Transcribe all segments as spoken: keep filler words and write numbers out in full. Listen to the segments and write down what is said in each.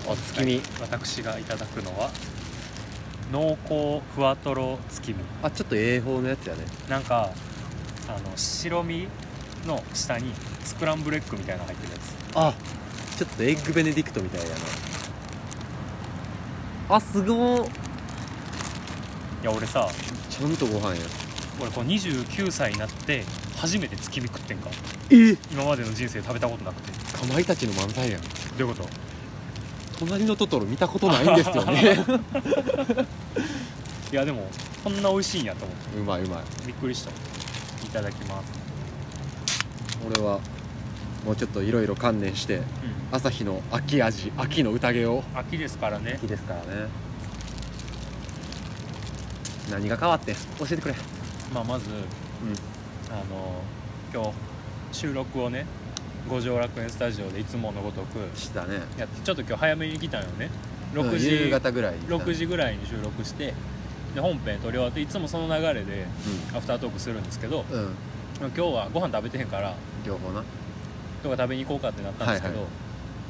お月見。 私がいただくのは濃厚ふわとろ月見。 あ、ちょっと英法のやつやね。 なんかあの白身の下にスクランブルエッグみたいなの入ってるやつ。 あ、ちょっとエッグベネディクトみたいやな。あ、すごー。 いや俺さ、 ちゃんとご飯や。 俺こうにじゅうきゅうさいになって初めて月見食ってんか。 え、 今までの人生食べたことなくて。 かまいたちの漫才やん。 どういうこと？ 隣のトトロ見たことないんですよね。 いやでもこんな美味しいんやと思って。 うまいうまい。 びっくりした。いただきます。 俺はもうちょっといろいろ観念して、 うん、 朝日の秋味、秋の宴を。 秋ですからね。 秋ですからね。何が変わって教えてくれ。 まあまず、 うん、 あの今日収録をね五条楽園スタジオでいつものごとくしたね。 やって、ちょっと今日早めに来たよね。ろくじ、 うん、夕方ぐらいにろくじぐらいに収録してで本編撮り終わって、いつもその流れでアフタートークするんですけど、 うん、うん、 今日はご飯食べてへんから両方な今日は食べに行こうかってなったんですけど、はいはい、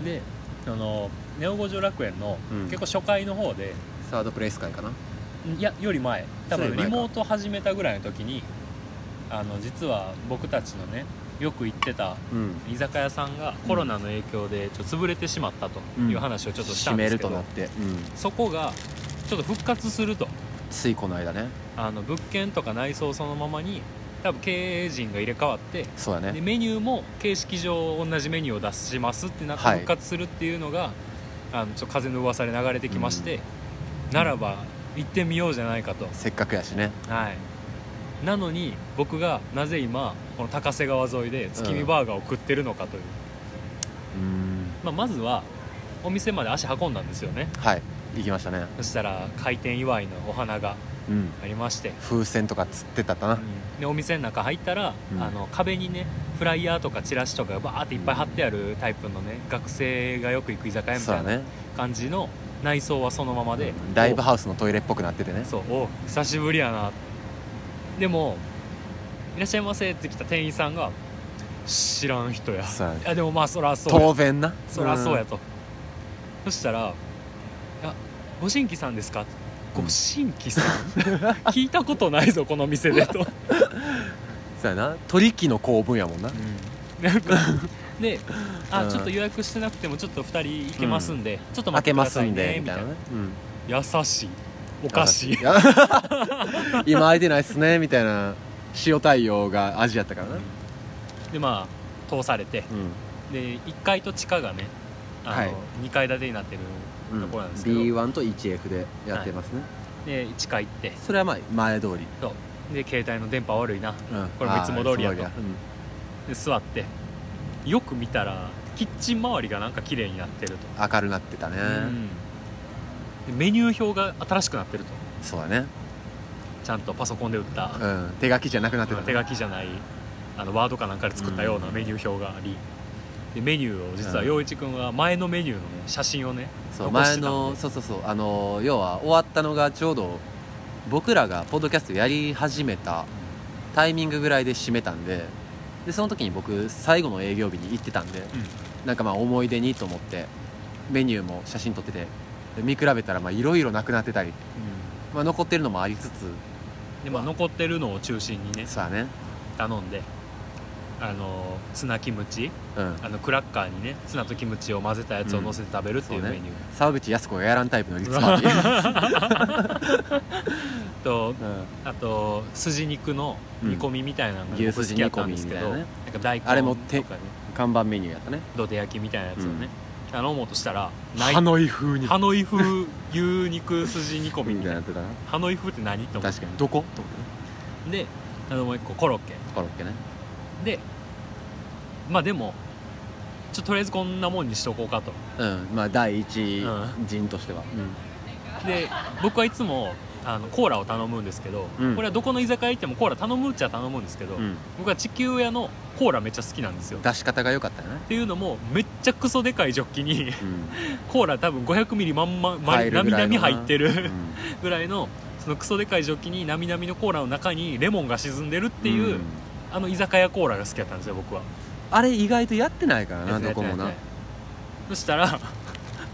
であのネオ五条楽園の、うん、結構初回の方でサードプレイス会かな、 いやより前、多分リモート始めたぐらいの時に、あの実は僕たちのねよく行ってた居酒屋さんがコロナの影響でちょっと潰れてしまったという話をちょっとしたんですけど、 閉めるとなって、うん、 そこがちょっと復活すると。 ついこの間ね、 あの物件とか内装そのままに多分経営陣が入れ替わって、 そうやね、 でメニューも形式上同じメニューを出しますってなって復活するっていうのが、はい、あのちょっと風の噂で流れてきまして、うん、ならば行ってみようじゃないかと。 せっかくやしね、 はい。なのに僕がなぜ今この高瀬川沿いで月見バーガーを食ってるのかという、 うん、 まあ、まずはお店まで足運んだんですよね。 はい、行きましたね。 そしたら開店祝いのお花がありまして、うん、 風船とかつってたかな、うん、 でお店の中入ったら、うん、あの壁にねフライヤーとかチラシとかがバーっていっぱい貼ってあるタイプのね、学生がよく行く居酒屋みたいな感じの内装はそのままで、 うん、ライブハウスのトイレっぽくなっててね。 そう、お久しぶりやな。でもいらっしゃいませって来た店員さんが知らん人や。いやでもまあそらそう当然な、 そらそうやと、うん、そしたら、いやご新規さんですか、ご新規さん聞いたことないぞこの店でとそうやな、取引の構文やもんな、うん、 なんかで、あ、うん、ちょっと予約してなくてもちょっとふたり行けますんで、うん、ちょっと待ってくださいねみたいな、ね、うん、優しい、おかしい今空いてないっすねみたいな塩対応が味やったからな、うん、 でまあ通されて、うん、でいっかいと地下がね、あの、はい、にかい建てになってるところなんですけど、うん、 ビーワン と ワンエフ でやってますね、 はい、で地下行って、 それはまあ前通り、 そうで携帯の電波悪いな、うん、これもいつも通りやと、うん、で座ってよく見たらキッチン周りがなんか綺麗になってると、 明るなってたね、 うん、でメニュー表が新しくなってると。 そうだね、 ちゃんとパソコンで打った、 うん、手書きじゃなくなってた、ね、 手書きじゃないあのワードかなんかで作ったようなメニュー表があり、でメニューを実は陽一君は前のメニューの、ね、写真をね、 そう前のそうそうそう、あの要は終わったのがちょうど僕らがポッドキャストやり始めたタイミングぐらいで締めたんで、でその時に僕最後の営業日に行ってたんで、うん、なんかまあ思い出にと思ってメニューも写真撮ってて、見比べたらいろいろなくなってたり、うん、まあ、残ってるのもありつつで、まあ、残ってるのを中心にね、 そうね、 頼んで、あのツナキムチ、うん、あのクラッカーにねツナとキムチを混ぜたやつを乗せて食べるっていうメニュー、うんね、 沢口靖子がやらんタイプのリツパーティーと、うん、あと筋肉の煮込みみたいなのが僕好きやったんですけど、うん、牛筋煮込みみたいなね、なんか大根とか、ね、 あれもて看板メニューやったね、 土手焼きみたいなやつをね、うん、頼もうとしたらハノイ風にハノイ風牛肉筋煮込みみたいなハノイ風って何って思って、 確かにどこで、あのもう一個コロッケコロッケね、 でまあでもちょっととりあえずこんなもんにしとこうかと、 うん、まあ第一陣としては、 うん、で僕はいつもあのコーラを頼むんですけど、うん、これはどこの居酒屋行ってもコーラ頼むっちゃ頼むんですけど、うん、僕は地球屋のコーラめっちゃ好きなんですよ。 出し方が良かったよね。 っていうのもめっちゃクソでかいジョッキに、うん、コーラ多分ごひゃくミリまんまなみなみ入ってるぐらいのそのクソでかいジョッキになみなみのコーラの中にレモンが沈んでるっていう、うん、あの居酒屋コーラが好きだったんですよ僕は。 あれ意外とやってないからな、どこもな。 そしたら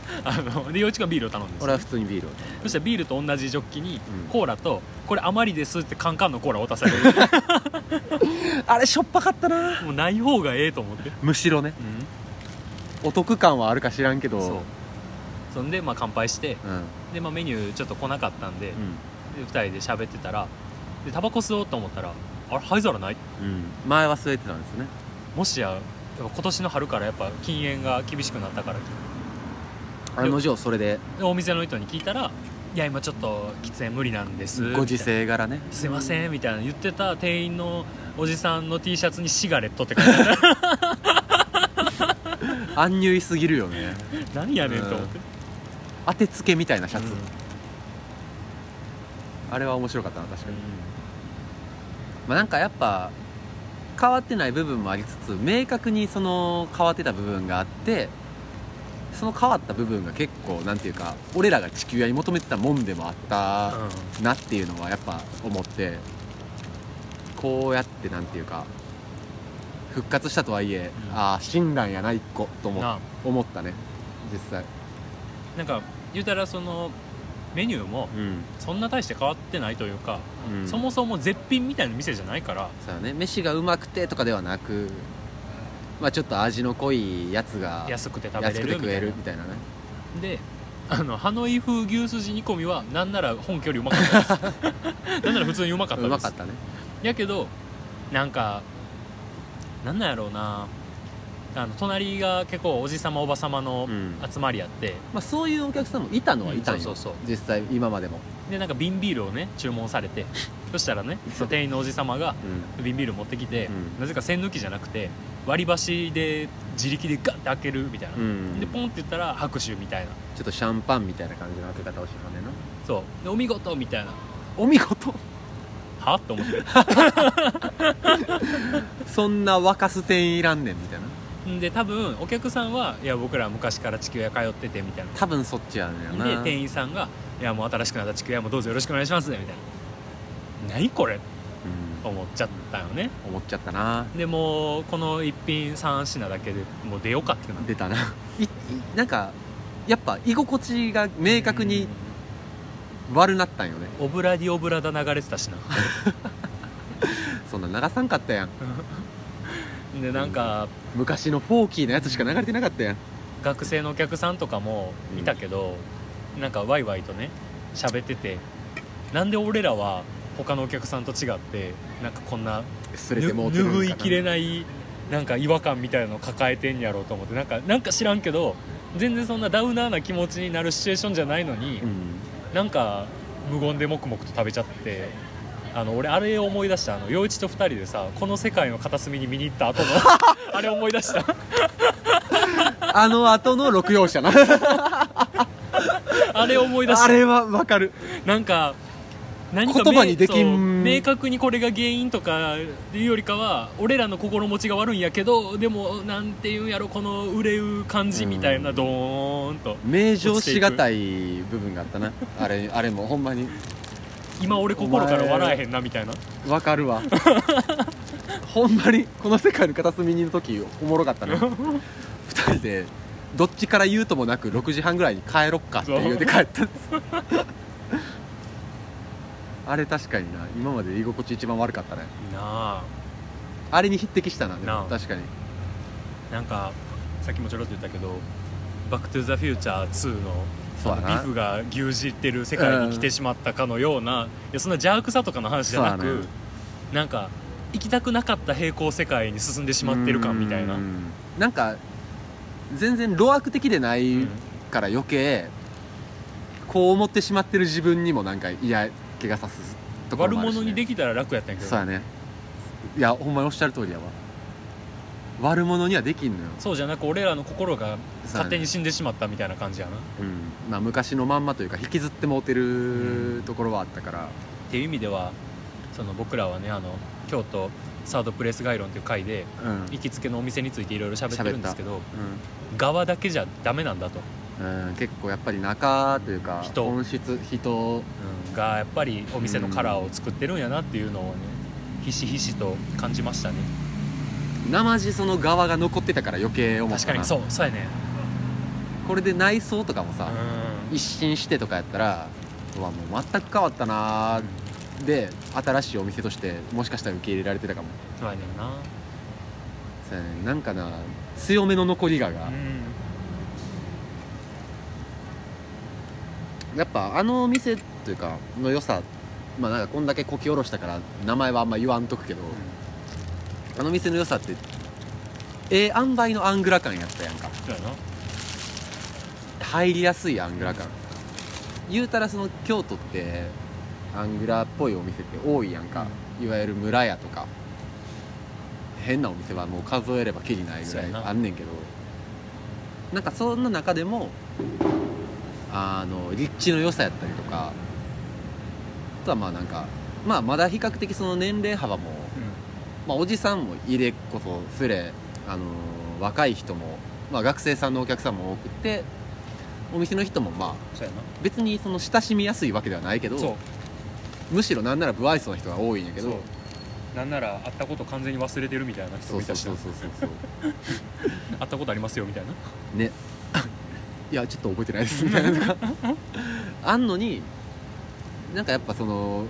あので陽一がビールを頼んですよ俺は普通にビールをそしたらビールと同じジョッキにうんコーラと、これ余りですってカンカンのコーラを渡されるあれしょっぱかったな。 もうない方がええと思って、 むしろね、 うん、 お得感はあるか知らんけど。 そうそんでまあ乾杯してうんで、まあ、メニューちょっと来なかったんで、 うんでふたりで喋ってたらでタバコ吸おうと思ったらあれ灰皿ない、 うん前は吸えてたんですよね。 もしややっぱ今年の春からやっぱ禁煙が厳しくなったから案の定それででお店の人に聞いたらいや今ちょっと喫煙無理なんですご時みたい世柄ね。 なすいませんみたいな言ってた店員のおじさんの T シャツにシガレットって書いてある安入いすぎるよね。 何やねんと思って、 当てつけみたいなシャツ、 うんあれは面白かったな確かに、まあ、なんかやっぱ変わってない部分もありつつ明確にその変わってた部分があって、その変わった部分が結構なんていうか俺らが地球屋に求めてたもんでもあったなっていうのはやっぱ思って、こうやってなんていうか復活したとはいえ、 うんああ死んだんやな一個と思なあ思ったね実際。 なんか言うたらそのメニューもうん、 そんな大して変わってないというか、 うん、 そもそも絶品みたいな店じゃないからそうだね、飯がうまくてとかではなく、まあ、ちょっと味の濃いやつが安くて食べれ安くて食えるみたいなるみたいなね。 であのハノイ風牛すじ煮込みはなんなら本家よりうまかったですなんなら普通にうまかったですうまかったね。 やけどなんかなんなんやろうな、あの隣が結構おじさまおばさまのうん集まりやって、 まあ、そういうお客さんもいたのはいたんよ、 うんそうそうそう実際今までも、 でなんか瓶ビールをね注文されてそしたらねそう店員のおじさまがうん瓶ビール持ってきて、 うんなぜか栓抜きじゃなくて割り箸で自力でガッて開けるみたいな、 うん、 でポンって言ったら拍手みたいな、 ちょっとシャンパンみたいな感じの開け方をしてたんだよな。 そうでお見事みたいな、 お見事はと思ってそんな沸かす店員いらんねんみたいな。 で多分お客さんはいや僕ら昔から地球屋通っててみたいな多分そっちやねんな。 で店員さんがいやもう新しくなった地球屋もどうぞよろしくお願いしますねみたいな、何これうん、 思っちゃったよね。 思っちゃったな。 でもうこの一品さん品だけでもう出ようかってなって出たないいなんかやっぱ居心地が明確に悪なったんよね。 オブラディオブラダ流れてたしなそんな流さんかったやん。 でなんか昔のフォーキーのやつしか流れてなかったやん。 学生のお客さんとかもいたけど、なんかワイワイとね喋ってて、なんで俺らは他のお客さんと違ってなんかこんなすれてもうてるんかな。 拭いきれないなんか違和感みたいなの抱えてんやろうと思って、なんかなんか知らんけど全然そんなダウナーな気持ちになるシチュエーションじゃないのに、 うん、 なんか無言で黙々と食べちゃって、あの俺あれを思い出した、あの陽一とふたりでさこの世界の片隅に見に行った後のあれ思い出したあの後の六葉車なあれ思い出した。 あれはわかる。 なんか何か言葉にできんそう明確にこれが原因とかっていうよりかは俺らの心持ちが悪いんやけど、でもなんていうんやろこの憂う感じみたいな、ドーンと名城しがたい部分があったな。あれあれもほんまに今俺心から笑えへんなみたいな。 わかるわほんまにこの世界の片隅にいる時おもろかったねふたりでどっちから言うともなくろくじはんぐらいに帰ろっかって言うて帰ったんですあれ確かにな、今まで居心地一番悪かったね。 なああれに匹敵したな。でなあも確かになんかさっきもちょろっと言ったけどバックトゥザフューチャーツーのそうだなビフが牛耳ってる世界に来てしまったかのような、いやそんな邪悪さとかの話じゃなく、 そうだねなんか行きたくなかった平行世界に進んでしまってる感みたいな、 うんなんか全然路悪的でないから余計こう思ってしまってる自分にもなんか嫌気がさすところ悪もあるし、ね、 者にできたら楽やったんやけどそうやね。いやほんまにおっしゃる通りやわ。悪者にはできんのよ。 そうじゃなく俺らの心がそうやね勝手に死んでしまったみたいな感じやな、 うんまあ、昔のまんまというか引きずってもうてるところはあったから、 っていう意味ではその僕らはねあの京都サードプレイス概論っていう回でうん行きつけのお店についていろいろ喋ってるんですけどう側だけじゃダメなんだと、 んうん、結構やっぱり中というか人本質人うん、がやっぱりお店のカラーを作ってるんやなっていうのをねひしひしと感じましたね。 生地その側が残ってたから余計思ったな。 確かにそうそうやねこれで内装とかもさ、 うん、 一新してとかやったらうわもう全く変わったなーで新しいお店としてもしかしたら受け入れられてたかも。 そうやねんな。 そうやね、なんかな強めの残りがが、 うん、 やっぱあのお店というかの良さ、まあなんかこんだけこき下ろしたから名前はあんま言わんとくけど、うん、あの店の良さってええ塩梅のアングラ感やったやんか。 そうやな。 入りやすいアングラ感、言うたらその京都ってアングラっぽいお店って多いやんか、うん、いわゆる村屋とか変なお店はもう数えればきりないぐらいあんねんけど、なんかそんな中でもあの立地の良さやったりとか、あとはまあなんか、まあ、まだ比較的その年齢幅も、うんまあ、おじさんも入れこそすれ、あのー、若い人も、まあ、学生さんのお客さんも多くて、お店の人もまあそうやな、 別にその親しみやすいわけではないけど、むしろなんなら不愛想な人が多いんやけど、 なんなら会ったこと完全に忘れてるみたいな人もいたしな、 そうそうそうそうそう会ったことありますよみたいなねいやちょっと覚えてないですみたいなのがあんのに、なんかやっぱその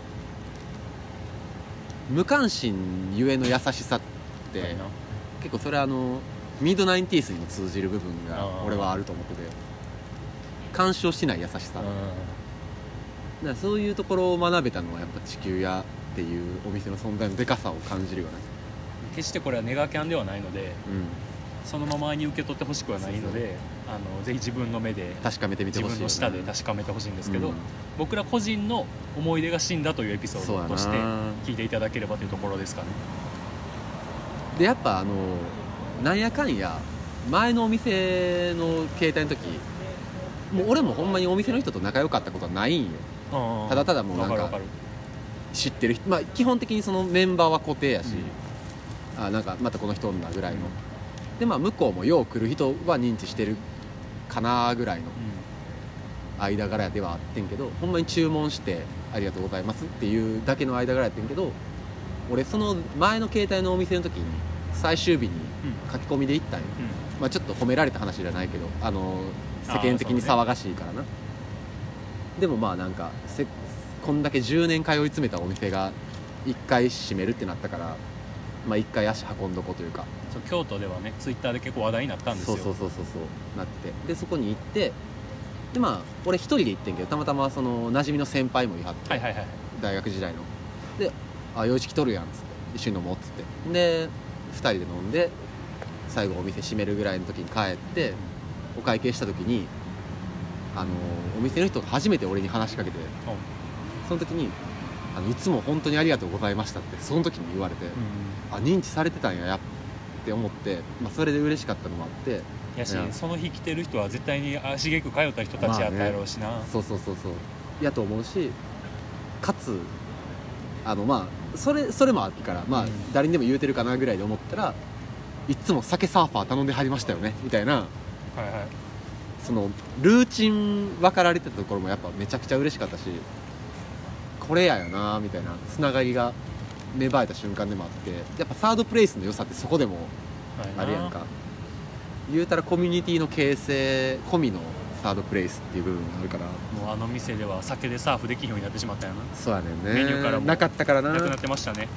無関心ゆえの優しさって結構それはあのミッドナインティースにも通じる部分が俺はあると思ってて、干渉しない優しさ、だからそういうところを学べたのはやっぱ地球屋っていうお店の存在のでかさを感じるよね。 決してこれはネガキャンではないので、うん、そのままに受け取ってほしくはないので、あのぜひ自分の目で確かめてみてほしい、ね、 自分の舌で確かめてほしいんですけど、 うん、 僕ら個人の思い出が死んだというエピソードとして聞いていただければというところですかね。 でやっぱあのなんやかんや前のお店の携帯の時もう俺もほんまにお店の人と仲良かったことはないんよ。ただただもうなんか知ってる人、まあ、基本的にそのメンバーは固定やし、うん、あなんかまたこの人女ぐらいの、うん、でまあ向こうもよう来る人は認知してるかなぐらいの間柄ではあってんけど、ほんまに注文してありがとうございますっていうだけの間柄やってんけど、俺その前の携帯のお店の時に最終日に書き込みで行ったんよ、うんまあ、ちょっと褒められた話じゃないけど、あの世間的に騒がしいからな、ね、でもまあなんかせこんだけじゅうねん通い詰めたお店がいっかい閉めるってなったから、まあ、いっかい足運んどこうというか、 そう京都ではねツイッターで結構話題になったんですよ。 そうそうそうそうそうなって、でそこに行ってでまあ俺一人で行ってんけど、たまたまその馴染みの先輩もいはって、 はいはいはい、 大学時代のであ洋一来とるやんっつって一緒に飲もうっつってでふたりで飲んで最後お店閉めるぐらいの時に帰ってお会計した時にあのお店の人が初めて俺に話しかけて、その時にあのいつも本当にありがとうございましたってその時に言われて、うん、あ認知されてたんややって思って、まあ、それで嬉しかったのもあってやし、その日来てる人は絶対に足げく通った人たちやったやろうしな、まあね、 そうそうそうそうやと思うし、かつあのまあそれそれもあってから、まあ、うん、誰にでも言うてるかなぐらいで思ったらいつも酒サーファー頼んではりましたよねみたいな、 はいはい、 そのルーチン分かられてたところもやっぱめちゃくちゃ嬉しかったし、これやよなみたいなつながりが芽生えた瞬間でもあって、やっぱサードプレイスの良さってそこでもあるやんか、言うたらコミュニティの形成込みのサードプレイスっていう部分があるから、 もうあの店では酒でサーフできるようになってしまったよな。 そうやねんね、 メニューからもなかったからな、 なくなってましたね。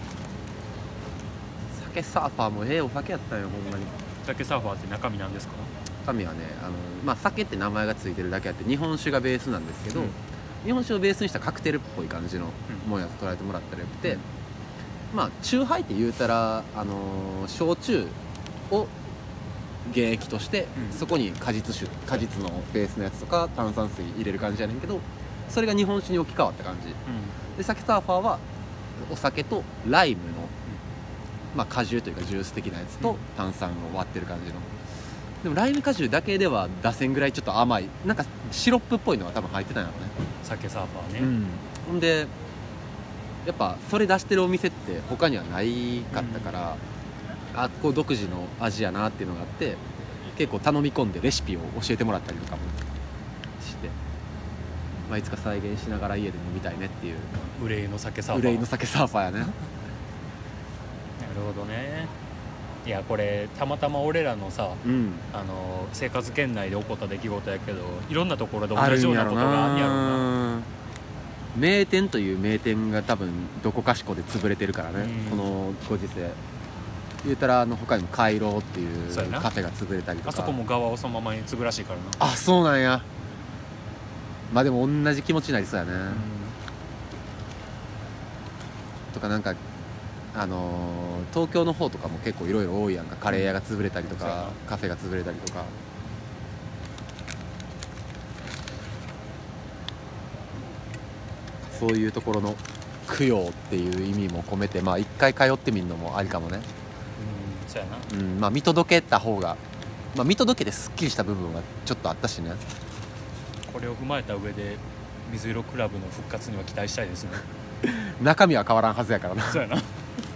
酒サーファーもええお酒やったんよほんまに。 酒サーファーって中身なんですか？ 中身はねあの、まあ、酒って名前がついてるだけあって日本酒がベースなんですけど、うん、日本酒をベースにしたカクテルっぽい感じのもんやと捉えてもらったらよくて、うん、まあチューハイって言うたら、あのー、焼酎を原液として、うん、そこに果実酒果実のベースのやつとか炭酸水入れる感じやねんけど、それが日本酒に置き換わった感じ、うん、で酒サーファーはお酒とライムの、まあ、果汁というかジュース的なやつと炭酸を割ってる感じの、でもライム果汁だけでは出せんぐらいちょっと甘いなんかシロップっぽいのが多分入ってたんやろね、 酒サーファーね、 うん、ほんでやっぱそれ出してるお店って他にはないかったから、うん、あこう独自の味やなっていうのがあって結構頼み込んでレシピを教えてもらったりとかもして、まあ、いつか再現しながら家で飲みたいねっていう憂いの酒サーファー憂いの酒サーファーやねなるほどね。 いやこれたまたま俺らのさ、 うんあの生活圏内で起こった出来事やけどいろんなところで同じようなことがあるんやろうな。 名店という名店が多分どこかしこで潰れてるからね、 うんこのご時世言うたらあの他にもカイローっていうそうやなカフェが潰れたりとかあそこも側をそのままに継ぐらしいからな。 あそうなんや。まあでも同じ気持ちになりそうやね、 うんとかなんかあのー東京の方とかも結構いろいろ多いやんか。カレー屋が潰れたりとそうやなか、カフェが潰れたりとか。そういうところの供養っていう意味も込めて、まあ一回通ってみるのもありかもね。 うんそうやな。 うん、まあ見届けた方が、まあ見届けてすっきりした部分はちょっとあったしね。 これを踏まえた上で水色クラブの復活には期待したいですね。 中身は変わらんはずやからな。 そうやなま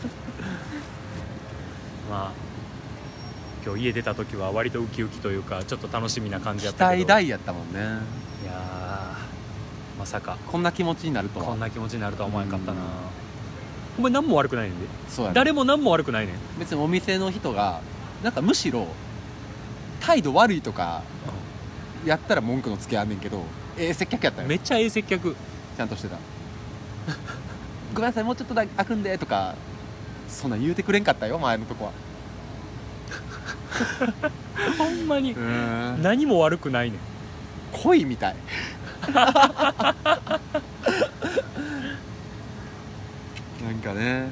あ今日家出た時は割とウキウキというかちょっと楽しみな感じや期ったけど、 待大やったもんね。 いやーまさかこんな気持ちになるとは。 こんな気持ちになるとは思わなかったな。 うんお前何も悪くないねんで。 そうやね。 誰も何も悪くないねん。 別にお店の人がなんかむしろ態度悪いとかやったら文句のつけあんねんけど、ええ接客やったよ。 めっちゃええ接客。 ちゃんとしてたごめんなさいもうちょっとだけ開くんでとかそんなん言うてくれんかったよ前のとこは。 ほんまにうん何も悪くないねん。 恋みたいなんかね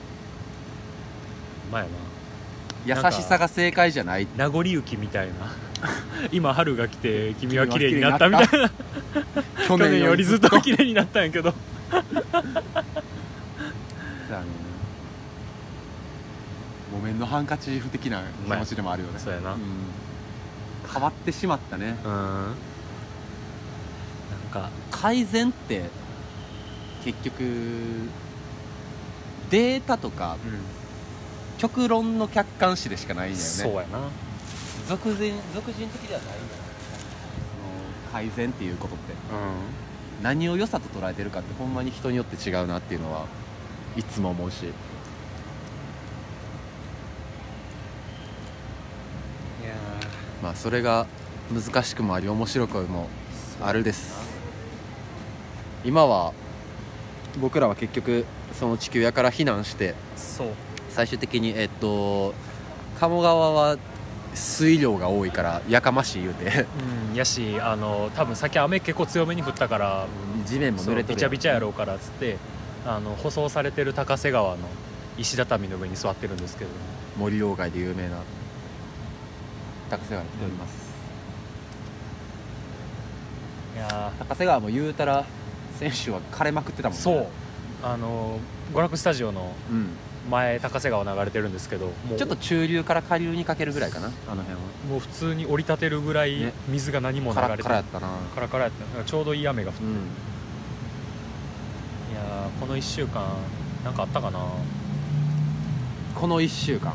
まや優しさが正解じゃない。 な名残雪みたいな今春が来て君は綺麗になったみたいな去年よりずっと綺麗になったんやけどそうやね木綿のハンカチーフ的な気持ちでもあるよね。 そうやな。 ん変わってしまったね。 うんなんか改善って結局データとかうん極論の客観視でしかないんだよね。 そうやな。 俗人俗人的ではないんだよね。その改善っていうことってう何を良さと捉えてるかってほんまに人によって違うなっていうのはいつも思うし。 んいやまあそれが難しくもあり面白くもあるです。今は僕らは結局その地球屋から避難してそう最終的にえっと鴨川は水量が多いからやかましい言うてうんやしあの多分さっき雨結構強めに降ったから地面も濡れてるびちゃびちゃやろうからっつってあの舗装されてる高瀬川の石畳の上に座ってるんですけど森鴎外で有名な高瀬川に来ております。 いや高瀬川も言うたら選手は枯れまくってたもんね。 そうあの娯楽スタジオのうん前高瀬川流れてるんですけどもうちょっと中流から下流にかけるぐらいかなあの辺は。 もう普通に降り立てるぐらいね水が何も流カラッれてカラやったな。 カラカラやっただからちょうどいい雨が降って、 うんいやーこのいっしゅうかんなんかあったかな。 このいっしゅうかん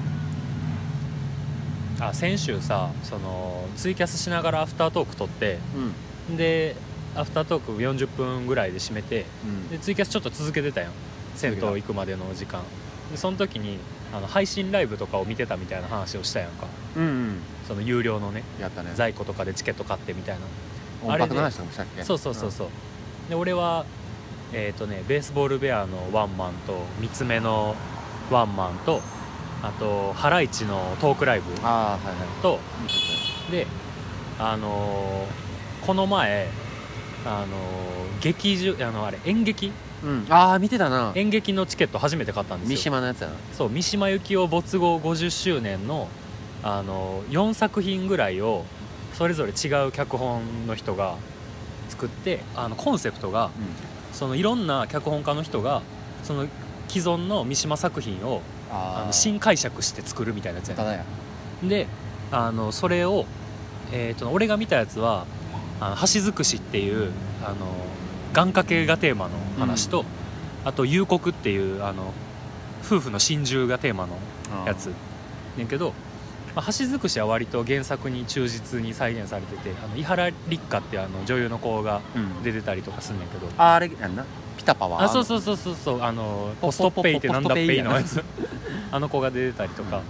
あ先週さそのツイキャスしながらアフタートーク撮ってうんでアフタートークよんじゅっぷんぐらいで締めてうんでツイキャスちょっと続けてたやん銭湯行くまでの時間でその時にあの配信ライブとかを見てたみたいな話をしたやんか。 うんうんその有料のねやったね。 在庫とかでチケット買ってみたいな。 音楽の話とかもしたっけ。 そうそうそうそう、で俺はえっ、とねベースボールベアのワンマンと三つ目のワンマンとあとハライチのトークライブああはいはいとであのーこの前あのー劇場あのあれ演劇うんああ見てたな。 演劇のチケット初めて買ったんですよ。 三島のやつやな。 そう三島由紀夫没後ごじゅっしゅうねんの、あのよんさく品ぐらいをそれぞれ違う脚本の人が作ってあのコンセプトがそのいろんな脚本家の人がその既存の三島作品をああの新解釈して作るみたいなやつやただや。 であのそれを、えー、と俺が見たやつはあの橋尽くしっていうあの願掛けがテーマの話と、あと夕刻っていうあの夫婦の心中がテーマのやつねんけど、まあ、橋尽くしは割と原作に忠実に再現されててあの伊原六花っていうあの女優の子がうん出てたりとかすんねんけど、 ああれやんなピタパはあそうそうそうそうそうあのポストペイってなんだっぺいのやつあの子が出てたりとか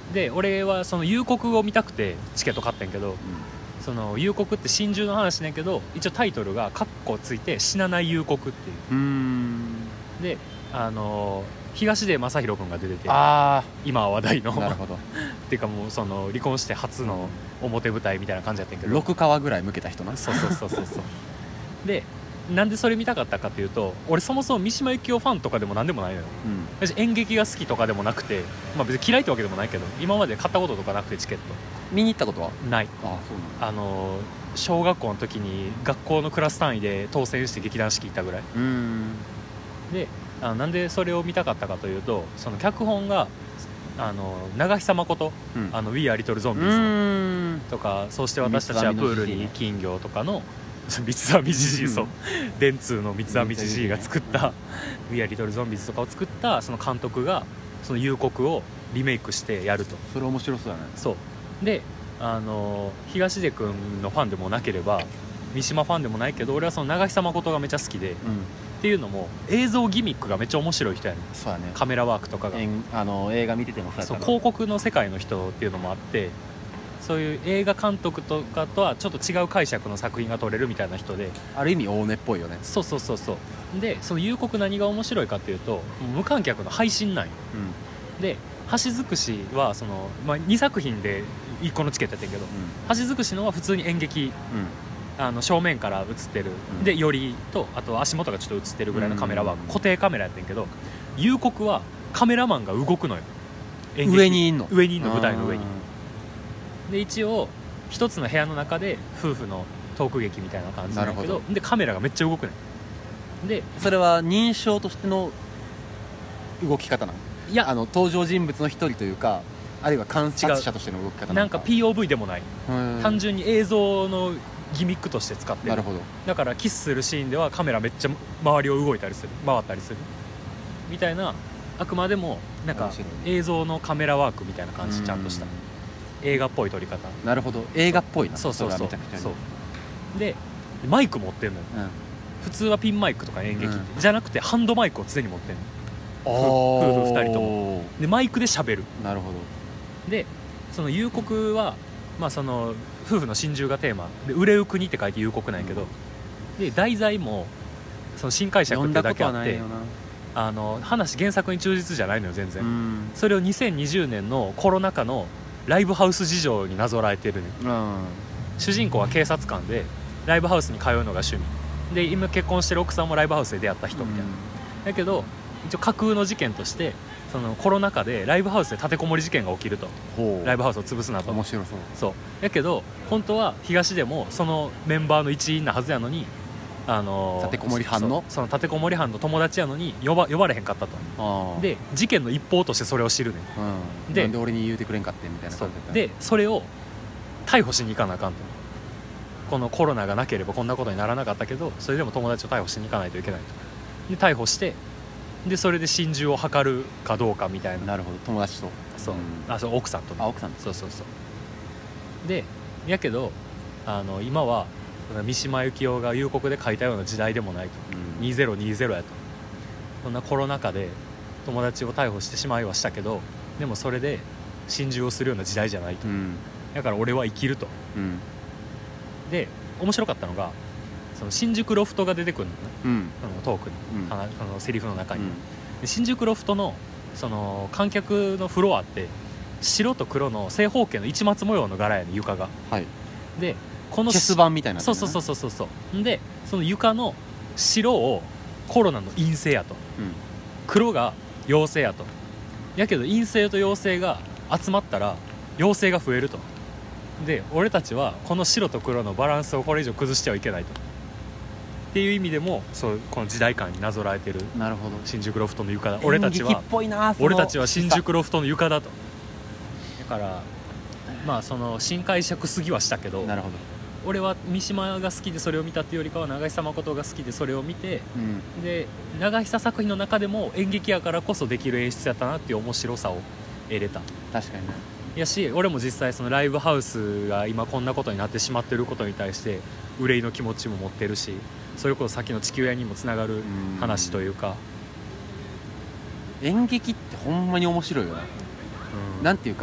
で俺はその夕刻を見たくてチケット買ったんやけど、 うん、 その夕刻って心中の話ねんけど一応タイトルがカッコついて死なない夕刻っていううーんであの東出昌大君が出ててあ今は話題のあなるほどっていうかもうその離婚して初の表舞台みたいな感じやったんやけどろくかわぐらい向けた人なそうそうそうそうそうでなんでそれ見たかったかというと俺そもそも三島由紀夫ファンとかでもなんでもないのようん私演劇が好きとかでもなくて、まあ、別に嫌いってわけでもないけど今まで買ったこととかなくてチケット見に行ったことはないああそうなんだあの小学校の時に学校のクラス単位で当選して劇団四季行ったぐらいうーんであのなんでそれを見たかったかというとその脚本があの長久誠、 うんあの We Are Little う Zombies ーんとかそうして私たちはプールに金魚とかの三つ編みじじいそう電通の三つ編みじじいが作った「We Are Little Zombies」とかを作ったその監督がその夕刻をリメイクしてやるとそれ面白そうやねそうであの東出君のファンでもなければ三島ファンでもないけど俺はその長久誠がめっちゃ好きでうんっていうのも映像ギミックがめっちゃ面白い人やねんそうやねカメラワークとかがえんあの映画見ててもそうやったなそう広告の世界の人っていうのもあってそういう映画監督とかとはちょっと違う解釈の作品が撮れるみたいな人である意味大根っぽいよねそうそうそうそうでその夕刻何が面白いかっていうと無観客の配信なんようんで橋尽くしはその、まあ、にさく品でいっこのチケットやってんけど橋尽くしのは普通に演劇うんあの正面から映ってる、 うんでよりとあと足元がちょっと映ってるぐらいのカメラワーク、 うん固定カメラやってんけど夕刻はカメラマンが動くのよ演劇上にいんの上にいんの舞台の上にあで一応一つの部屋の中で夫婦のトーク劇みたいな感じなんだけどなるほでカメラがめっちゃ動くねんでーそれは認証としての動き方なのいやあの登場人物の一人というかあるいは観察者としての動き方なんか ピーオーブイ でもない単単純に映像のギミックとして使ってるなるほどだからキスするシーンではカメラめっちゃ周りを動いたりする回ったりするみたいなあくまでもなんか面白い映像のカメラワークみたいな感じちゃんとした映画っぽい撮り方なるほど映画っぽいなそうそうそうれはめちゃくちゃにそうでマイク持ってんのようん普通はピンマイクとか演劇って、 うんじゃなくてハンドマイクを常に持ってんの夫夫婦ふたりともでマイクで喋るなるほどでその夕刻はまあその夫婦の心中がテーマで売れう国って書いて夕刻なんやけど、で題材もその新解釈って読んだこだけあってとはないよなあの話原作に忠実じゃないのよ全然、 うんそれをにせんにじゅうねんのコロナ禍のライブハウス事情になぞらえてるねうん主人公は警察官でライブハウスに通うのが趣味で今結婚してる奥さんもライブハウスで出会った人みたいな、だけど一応架空の事件としてそのコロナ禍でライブハウスで立てこもり事件が起きるとほうライブハウスを潰すなと面白そうそうやけど本当は東でもそのメンバーの一員なはずやのにあのー立てこもり犯のそその立てこもり犯の友達やのに呼ば呼ばれへんかったとあーで事件の一報としてそれを知るねうんでなんで俺に言うてくれんかってみたいなそう感じだったでそれを逮捕しに行かなあかんとこのコロナがなければこんなことにならなかったけどそれでも友達を逮捕しに行かないといけないとで逮捕してでそれで心中を図るかどうかみたいななるほど友達とそう,、 んあそう奥さんとねあ奥さんそうそうそうでやけどあの今は三島由紀夫が夕刻で書いたような時代でもないとうんにせんにじゅうやとそんなコロナ禍で友達を逮捕してしまいはしたけどでもそれで心中をするような時代じゃないとうんだから俺は生きるとうんで面白かったのがその新宿ロフトが出てくるのねうんあのトークに、 うん話あのセリフの中に、 うんで新宿ロフトのその観客のフロアって白と黒の正方形の市松模様の柄やね床がはいでこのチェス盤みたいなそうそうそううそうそうそうんでその床の白をコロナの陰性やとうん黒が陽性やとやけど陰性と陽性が集まったら陽性が増えるとで俺たちはこの白と黒のバランスをこれ以上崩してはいけないとっていう意味でもそうこの時代感になぞらえてるなるほど新宿ロフトの床だ俺たちは演劇っぽいなその俺たちは新宿ロフトの床だとだからまあその新解釈すぎはしたけどなるほど俺は三島が好きでそれを見たっていうよりかは長久誠が好きでそれを見てうんで長久作品の中でも演劇やからこそできる演出やったなっていう面白さを得れた確かにねやし俺も実際そのライブハウスが今こんなことになってしまってることに対して憂いの気持ちも持ってるしそれこそ先の地球屋にもつながる話というか演劇ってほんまに面白いよねうんなんていうか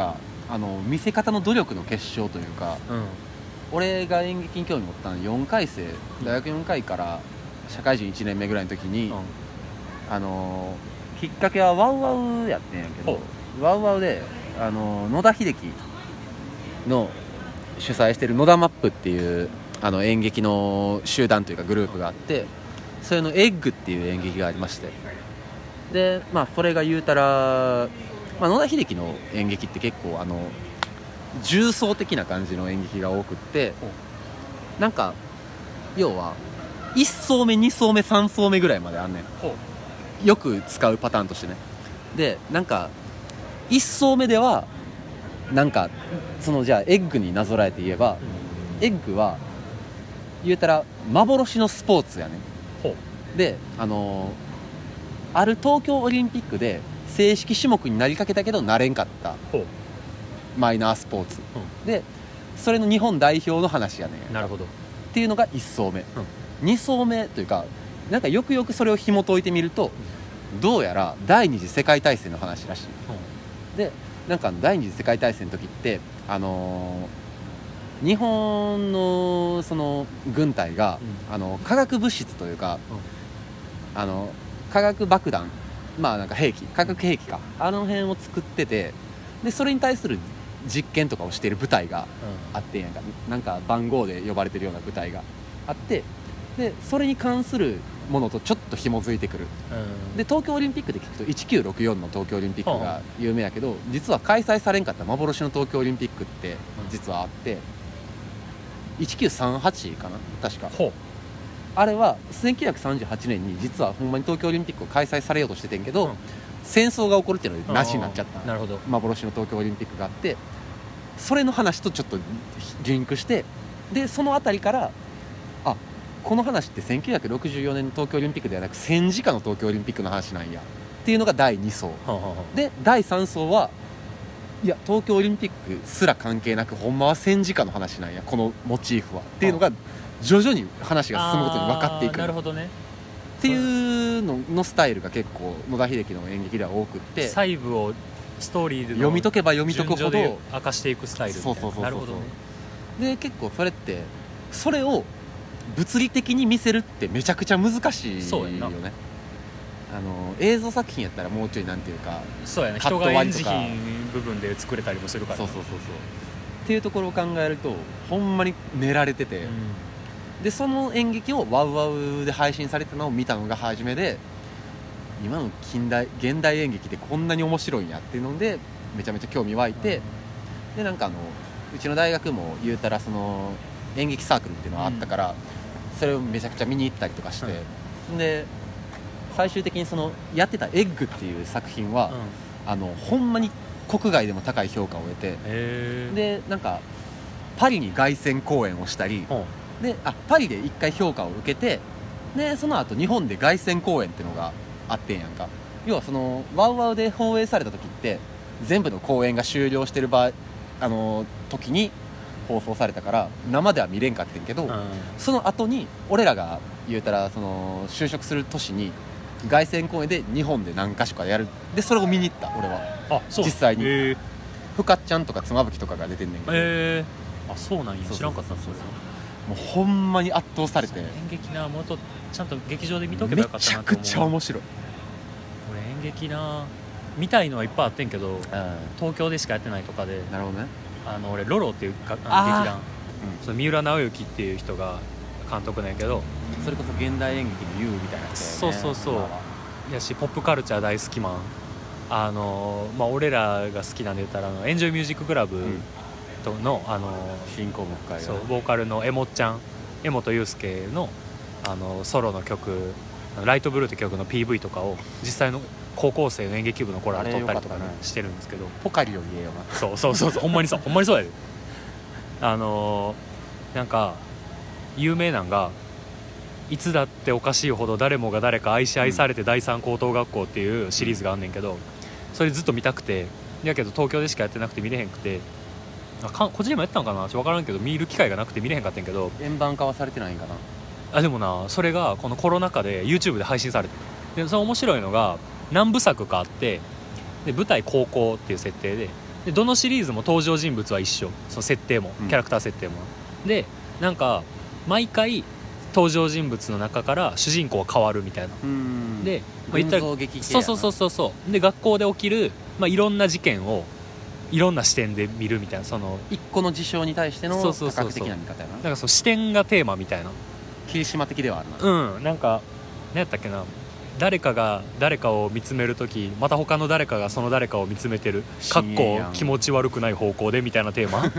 あの見せ方の努力の結晶というか、 うん俺が演劇に興味持ったのはよんかい生、大学よんかいから社会人いちねんめぐらいの時に、うん、あのきっかけはワウワウやってんやけど、ワウワウであの野田秀樹の主催してる野田マップっていうあの演劇の集団というかグループがあって、それのエッグっていう演劇がありまして、でまあそれが言うたら、まあ、野田秀樹の演劇って結構あの重層的な感じの演劇が多くって、なんか要はいち層目に層目さん層目ぐらいまであんねん、よく使うパターンとしてね。でなんかいち層目ではなんかそのじゃあエッグになぞらえて言えば、うん、エッグは言うたら幻のスポーツやねん。であのー、ある東京オリンピックで正式種目になりかけたけどなれんかったマイナースポーツ、うん、でそれの日本代表の話やねん。 なるほど。 っていうのがいち層目、うん、に層目というかなんかよくよくそれを紐解いてみると、うん、どうやら第二次世界大戦の話らしい、うん、でなんか第二次世界大戦の時ってあのー、日本のその軍隊が、うん、あの化学物質というか、うん、あの化学爆弾、まあなんか兵器、化学兵器か、あの辺を作ってて、でそれに対する実験とかをしている部隊があってんやんか、うん、なんか番号で呼ばれてるような部隊があって、でそれに関するものとちょっと紐づいてくる、うん、で東京オリンピックで聞くとせんきゅうひゃくろくじゅうよんの東京オリンピックが有名やけど、実は開催されんかった幻の東京オリンピックって実はあって、せんきゅうひゃくさんじゅうはちかな確か。あれはせんきゅうひゃくさんじゅうはちねんに実はほんまに東京オリンピックを開催されようとしててんけど、うん、戦争が起こるっていうのでなしになっちゃった。 なるほど。 幻の東京オリンピックがあって、それの話とちょっとリンクして、でそのあたりからあこの話ってせんきゅうひゃくろくじゅうよねんの東京オリンピックではなく戦時下の東京オリンピックの話なんやっていうのがだいに層、はあはあ、でだいさん層はいや東京オリンピックすら関係なくほんまは戦時下の話なんやこのモチーフはっていうのが徐々に話が進むことに分かっていく。 なるほどね。 っていうののスタイルが結構野田秀樹の演劇では多くって、 細部をストーリーで読み解けば読み解くほど明かしていくスタイルみたいな。そうそうそうそう。なるほどね。 で結構それってそれを物理的に見せるってめちゃくちゃ難しいよね。 そうやな。 あの映像作品やったらもうちょいなんていうか、 そうやね、人が演じひん部分で作れたりもするから。 そうそうそうそうっていうところを考えるとほんまに練られてて、うん、でその演劇をワウワウで配信されたのを見たのが初めで、今の近代現代演劇ってこんなに面白いんやっていうのでめちゃめちゃ興味湧いて、うん、でなんかあのうちの大学も言うたらその演劇サークルっていうのがあったから、うん、それをめちゃくちゃ見に行ったりとかして、うん、で最終的にそのやってたエッグっていう作品は、うん、あのほんまに国外でも高い評価を得て、でなんかパリに凱旋公演をしたり、うん、であパリで一回評価を受けて、でその後日本で凱旋公演っていうのがあってんやんか。要はそのワウワウで放映された時って全部の公演が終了してる場合あの時に放送されたから生では見れんかってんけど、うん、その後に俺らが言うたらその就職する年に凱旋公演で日本で何か所かやる。でそれを見に行った俺は。あそう実際に、えー、ふかっちゃんとか妻夫木とかが出てんねんけど、 えー、あそうなんや。知らんかった。そうそうもうほんまに圧倒されて、 演劇なもっとちゃんと劇場で見とけばよかったなと思う。 めちゃくちゃ面白い。 俺演劇な見たいのはいっぱいあってんけど、うん、東京でしかやってないとかで。 なるほどね。 あの俺ロロっていうかあの劇団、うん、その三浦直之っていう人が監督なんやけど、 それこそ現代演劇の ユー みたいな人、ね、 そうそうそうやし、ポップカルチャー大好きマン、あの、まあ、俺らが好きなんで言ったらあのエンジョイミュージッククラブとの、うん、あの新項目会が、 そうボーカルのエモちゃん江本祐介 の, あのソロの曲ライトブルーって曲の ピーブイ とかを実際の高校生の演劇部の頃から撮ったりとか、ね、してるんですけど、 ポカリよりええよな。 そうそうそうそうほんまにそうほんまにそうやで。あのー、なんか有名なんがいつだっておかしいほど誰もが誰か愛し愛されて第三高等学校っていうシリーズがあんねんけど、それずっと見たくて、やけど東京でしかやってなくて見れへんくて、あかこっちでもやったんかなちょっと分からんけど見る機会がなくて見れへんかったんけど、 円盤化はされてないんかなあ。でもなそれがこのコロナ禍で YouTube で配信されて、でその面白いのが何部作かあって、で舞台高校っていう設定ででどのシリーズも登場人物は一緒、その設定も、 うんキャラクター設定もで、なんか毎回登場人物の中から主人公が変わるみたいな、 うんで、まあ、言ったら群像劇系そうそうそうそうそうで学校で起きる、まあ、いろんな事件をいろんな視点で見るみたいな、その一個の事象に対しての多そうそうそうそう角的な見方やな。 なんかそう視点がテーマみたいな、 霧島的ではあるな。 うん、なんか何やったっけな、誰かが誰かを見つめるときまた他の誰かがその誰かを見つめてるかっ深淵やんこ気持ち悪くない方向でみたいなテーマだかなる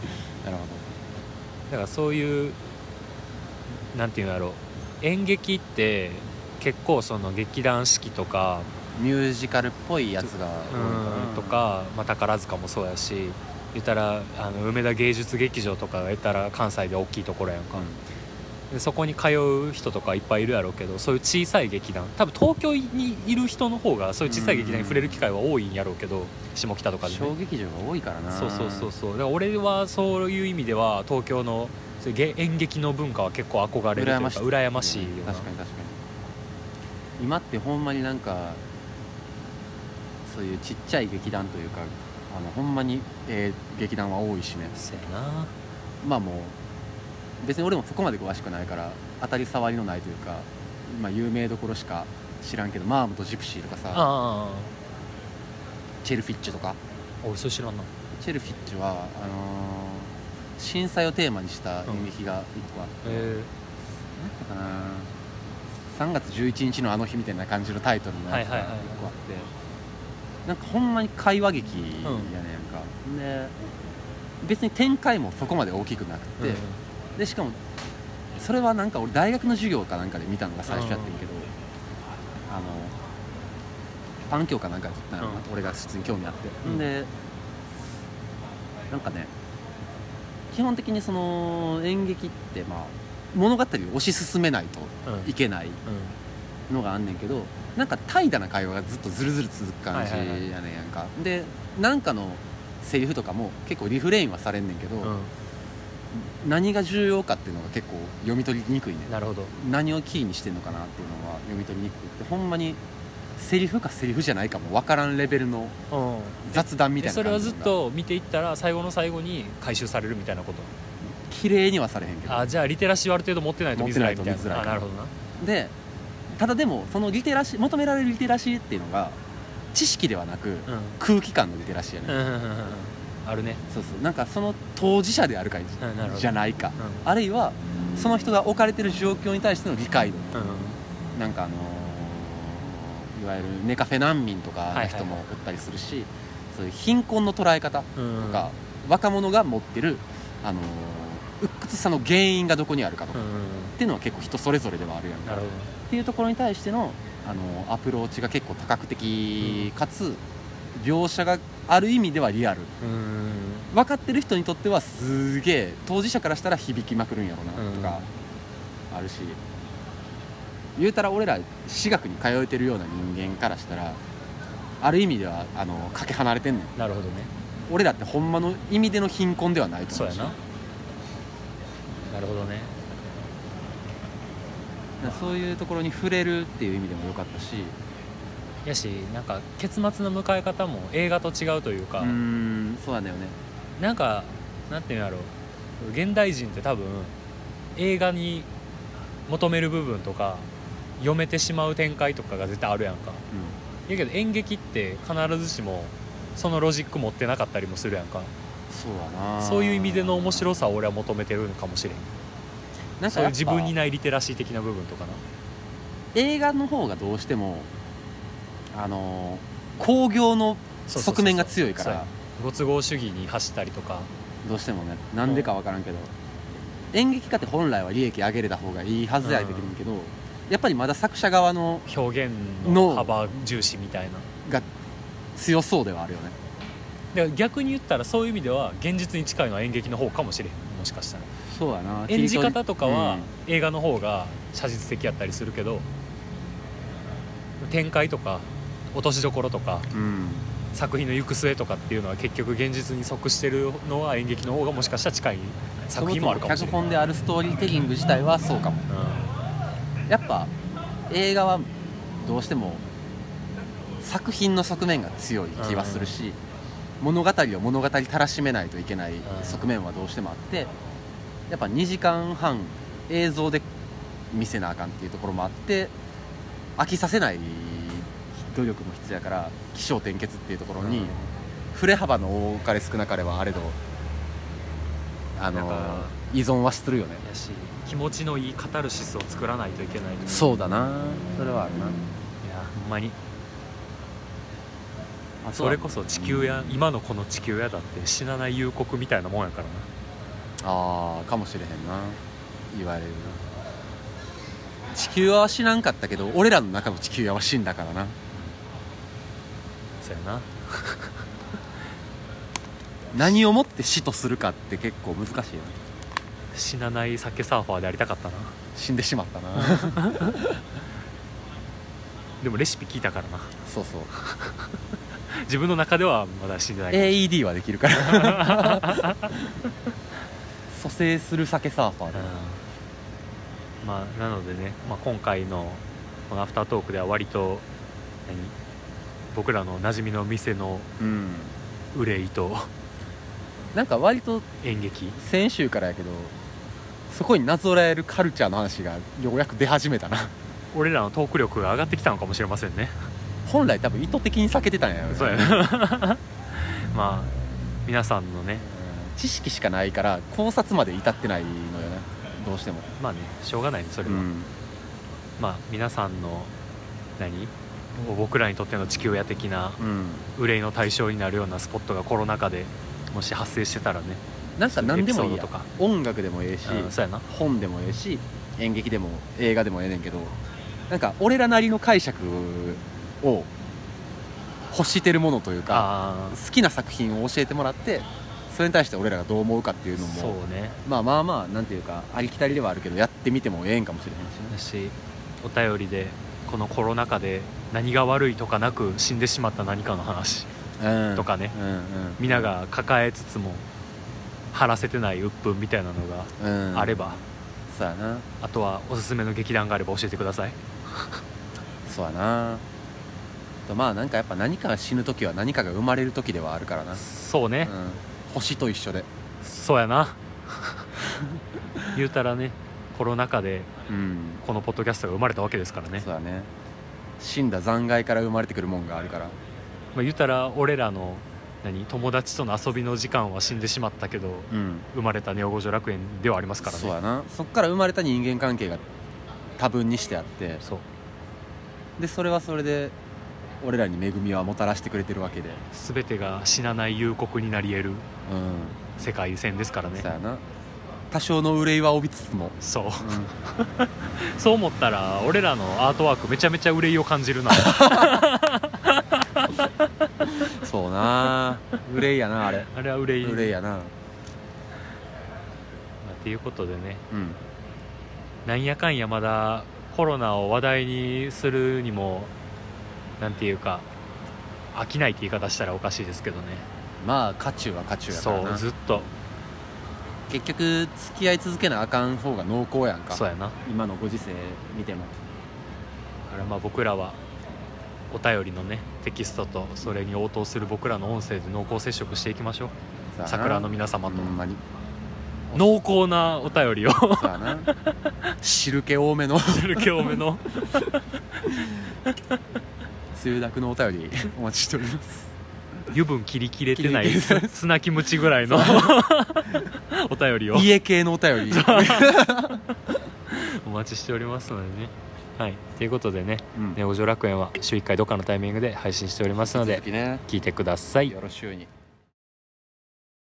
ほらそういうなんていうんだろう、演劇って結構その劇団四季とかど。ミュージカルっぽいやつが多いかうんとか、まあ、宝塚もそうやし、言ったらあの梅田芸術劇場とかが言ったら関西で大きいところやんか、でそこに通う人とかいっぱいいるやろうけど、そういう小さい劇団、多分東京にいる人の方がそういう小さい劇団に触れる機会は多いんやろうけど、下北とかでね、 小劇場が多いからな。 そうそうそうそう、だから俺はそういう意味では東京のそういう芸演劇の文化は結構憧れるというか羨ましいよな。 確かに確かに。今ってほんまになんかそういうちっちゃい劇団というか、あのほんまに、えー劇団は多いしね。 そうやな。 まあもう別に俺もそこまで詳しくないから当たり障りのないというか、まあ有名どころしか知らんけど、マームとジプシーとかさ、 あチェルフィッチュとか。 あ俺それ知らんな。 チェルフィッチュはあのー震災をテーマにした演劇がいっこあって、 へえ何だったかな、さんがつじゅういちにちのあの日みたいな感じのタイトルのやつがいっこあって、なんかほんまに会話劇やねんか、で別に展開もそこまで大きくなくて、 うんでしかもそれはなんか俺大学の授業かなんかで見たのが最初やってんけど、あのパン教かなんかで言ったの、 うん俺が普通に興味あって、 うんでなんかね、基本的にその演劇ってまあ物語を推し進めないとうんいけないのがあんねんけど、なんか怠惰な会話がずっとずるずる続く感じやねんやんか、でなんかのセリフとかも結構リフレインはされんねんけど、 うん何が重要かっていうのが結構読み取りにくいね。 なるほど。 何をキーにしてんのかなっていうのは読み取りにくくて、ほんまにセリフかセリフじゃないかも分からんレベルのうん雑談みたいなそれはずっ感じがと見ていったら最後の最後に回収されるみたいなこと。 綺麗にはされへんけど、 あじゃあリテラシーはある程度持ってないと見づらいみたいな。 持ってないと見づらいあなるほどな。 でただでもそのリテラシー求められるリテラシーっていうのが知識ではなく、 うん空気感のリテラシーやね、 うんうんうんうんあるね。 そうそう、なんかその当事者であるかうんなるほどじゃないか、 うんあるいはその人が置かれてる状況に対しての理解度、 うんなんかあのーいわゆるネカフェ難民とかの人もはいはいおったりするし、そういう貧困の捉え方とうんか、若者が持ってる、あのー鬱屈さの原因がどこにあるかとか、 うんっていうのは結構人それぞれではあるやんかなるほっていうところに対しての、あのアプローチが結構多角的、かつ描写がある意味ではリアル、 ど。うん分かってる人にとってはすげえ当事者からしたら響きまくるんやろなとかあるし、言うたら俺ら私学に通えてるような人間からしたらある意味ではあのかけ離れてんねん。 なるほどね。 俺らってほんまの意味での貧困ではないと思うし、 そうやな。なるほどね。 だからそういうところに触れるっていう意味でも良かったし、 やしなんか結末の迎え方も映画と違うというか、 うーんそうなんだよね。 なんかなんていうんやろう、現代人って多分映画に求める部分とか読めてしまう展開とかが絶対あるやんか。 うだけど演劇って必ずしもそのロジック持ってなかったりもするやんか。 んそうやな。 そういう意味での面白さを俺は求めてるのかもしれん。そういうなんかやっぱ自分にないリテラシー的な部分とかな。 映画の方がどうしてもあの興行の側面が強いから、 ご都合主義に走ったりとか。 どうしてもね、なんでか分からんけど、演劇家って本来は利益上げれた方がいいはずやけど、けどやっぱりまだ作者側の表現の幅重視みたいな。 が強そうではあるよね。 で逆に言ったらそういう意味では現実に近いのは演劇の方かもしれん。もしかしたらそうやな。 演じ方とかはうん映画の方が写実的やったりするけど、展開とか落としどころとかうん作品の行く末とかっていうのは結局現実に即してるのは演劇の方がもしかしたら近い作品もあるかもしれない。 脚本であるストーリーテリング自体はそうかも。やっぱ映画はどうしても作品の側面が強い気はするし、 物語を物語たらしめないといけない側面はどうしてもあって、やっぱにじかんはん映像で見せなあかんっていうところもあって、飽きさせない努力も必要やから起承転結っていうところに、うん、振れ幅の多かれ少なかれはあれどあの依存はするよね。 やし気持ちのいいカタルシスを作らないといけない。 そうだな、それはあるな。いやほんまにそれこそ地球屋、うん、今のこの地球屋だって死なない夕刻みたいなもんやからな。 ああかもしれへんな、言われるな。地球屋は死なんかったけど俺らの中の地球屋は死んだからな。 そうやな何をもって死とするかって結構難しいよね。 死なない酒サーファーでありたかったな。 死んでしまったなでもレシピ聞いたからな。 そうそう自分の中ではまだ死んでない。 エーイーディー はできるから蘇生する酒サーファーだ、うん、 まあなのでね、まあ、今回のこのアフタートークでは割と何僕らの馴染みの店の憂いと、うん、 なんか割と演劇先週からやけどそこになぞらえるカルチャーの話がようやく出始めたな。 俺らのトーク力が上がってきたのかもしれませんね。 本来多分意図的に避けてたんやよね。 そうやなまあ皆さんのね、 うん、知識しかないから考察まで至ってないのよね、どうしても。 まあねしょうがないねそれは、うん、まあ皆さんの何僕らにとっての地球屋的な憂いの対象になるようなスポットがコロナ禍でもし発生してたらね、 なんか何でもいいや、音楽でもええし、 うん、そうやな、 本でもええし演劇でも映画でもええねんけど、なんか俺らなりの解釈を欲してるものというか好きな作品を教えてもらって、それに対して俺らがどう思うかっていうのもそう、ね、 まあまあまあなんていうかありきたりではあるけどやってみてもええんかもしれへんし、 ね、しお便りでこのコロナ禍で何が悪いとかなく死んでしまった何かの話とかね、うんうんうん、皆が抱えつつも晴らせてない鬱憤みたいなのがあれば、うん、 そうやな、 あとはおすすめの劇団があれば教えてくださいそうやな。まあなんかやっぱ何かが死ぬ時は何かが生まれる時ではあるからな。 そうね、 うん、星と一緒で。 そうやな言うたらねコロナ禍でこのポッドキャストが生まれたわけですからね。 そうだね、死んだ残骸から生まれてくるもんがあるから、 まあ、言うたら俺らの何友達との遊びの時間は死んでしまったけど、うん、生まれたネオ五条楽園ではありますからね。 そうやな、そっから生まれた人間関係が多分にしてあって、 そうでそれはそれで俺らに恵みはもたらしてくれてるわけで、 全てが死なない夕刻になり得る、うん、世界線ですからね。 そうやな、多少の憂いは帯びつつもそう、うん、そう思ったら俺らのアートワークめちゃめちゃ憂いを感じるなそうな、憂いやな、あれあれは憂い憂いやな、まあ、 っていうことでね、うん、なんやかんやまだコロナを話題にするにもなんていうか飽きないって言い方したらおかしいですけどね。 まあ渦中は渦中やからな。 そうずっと結局付き合い続けなあかん方が濃厚やんか。 そうやな、 今のご時世見ても。 だからまあ僕らはお便りのねテキストとそれに応答する僕らの音声で濃厚接触していきましょう。桜の皆様と、うんまに濃厚なお便りをそうやな汁気多めの汁気多めのつゆだくのお便りお待ちしております。 油分切り切れてない砂キムチぐらいのお便りを、 家系のお便りお待ちしておりますのでね。はい、ということでね、うん、ネオ五条楽園は週いっかいどっかのタイミングで配信しておりますので、ね、聞いてください。 よろしゅうに。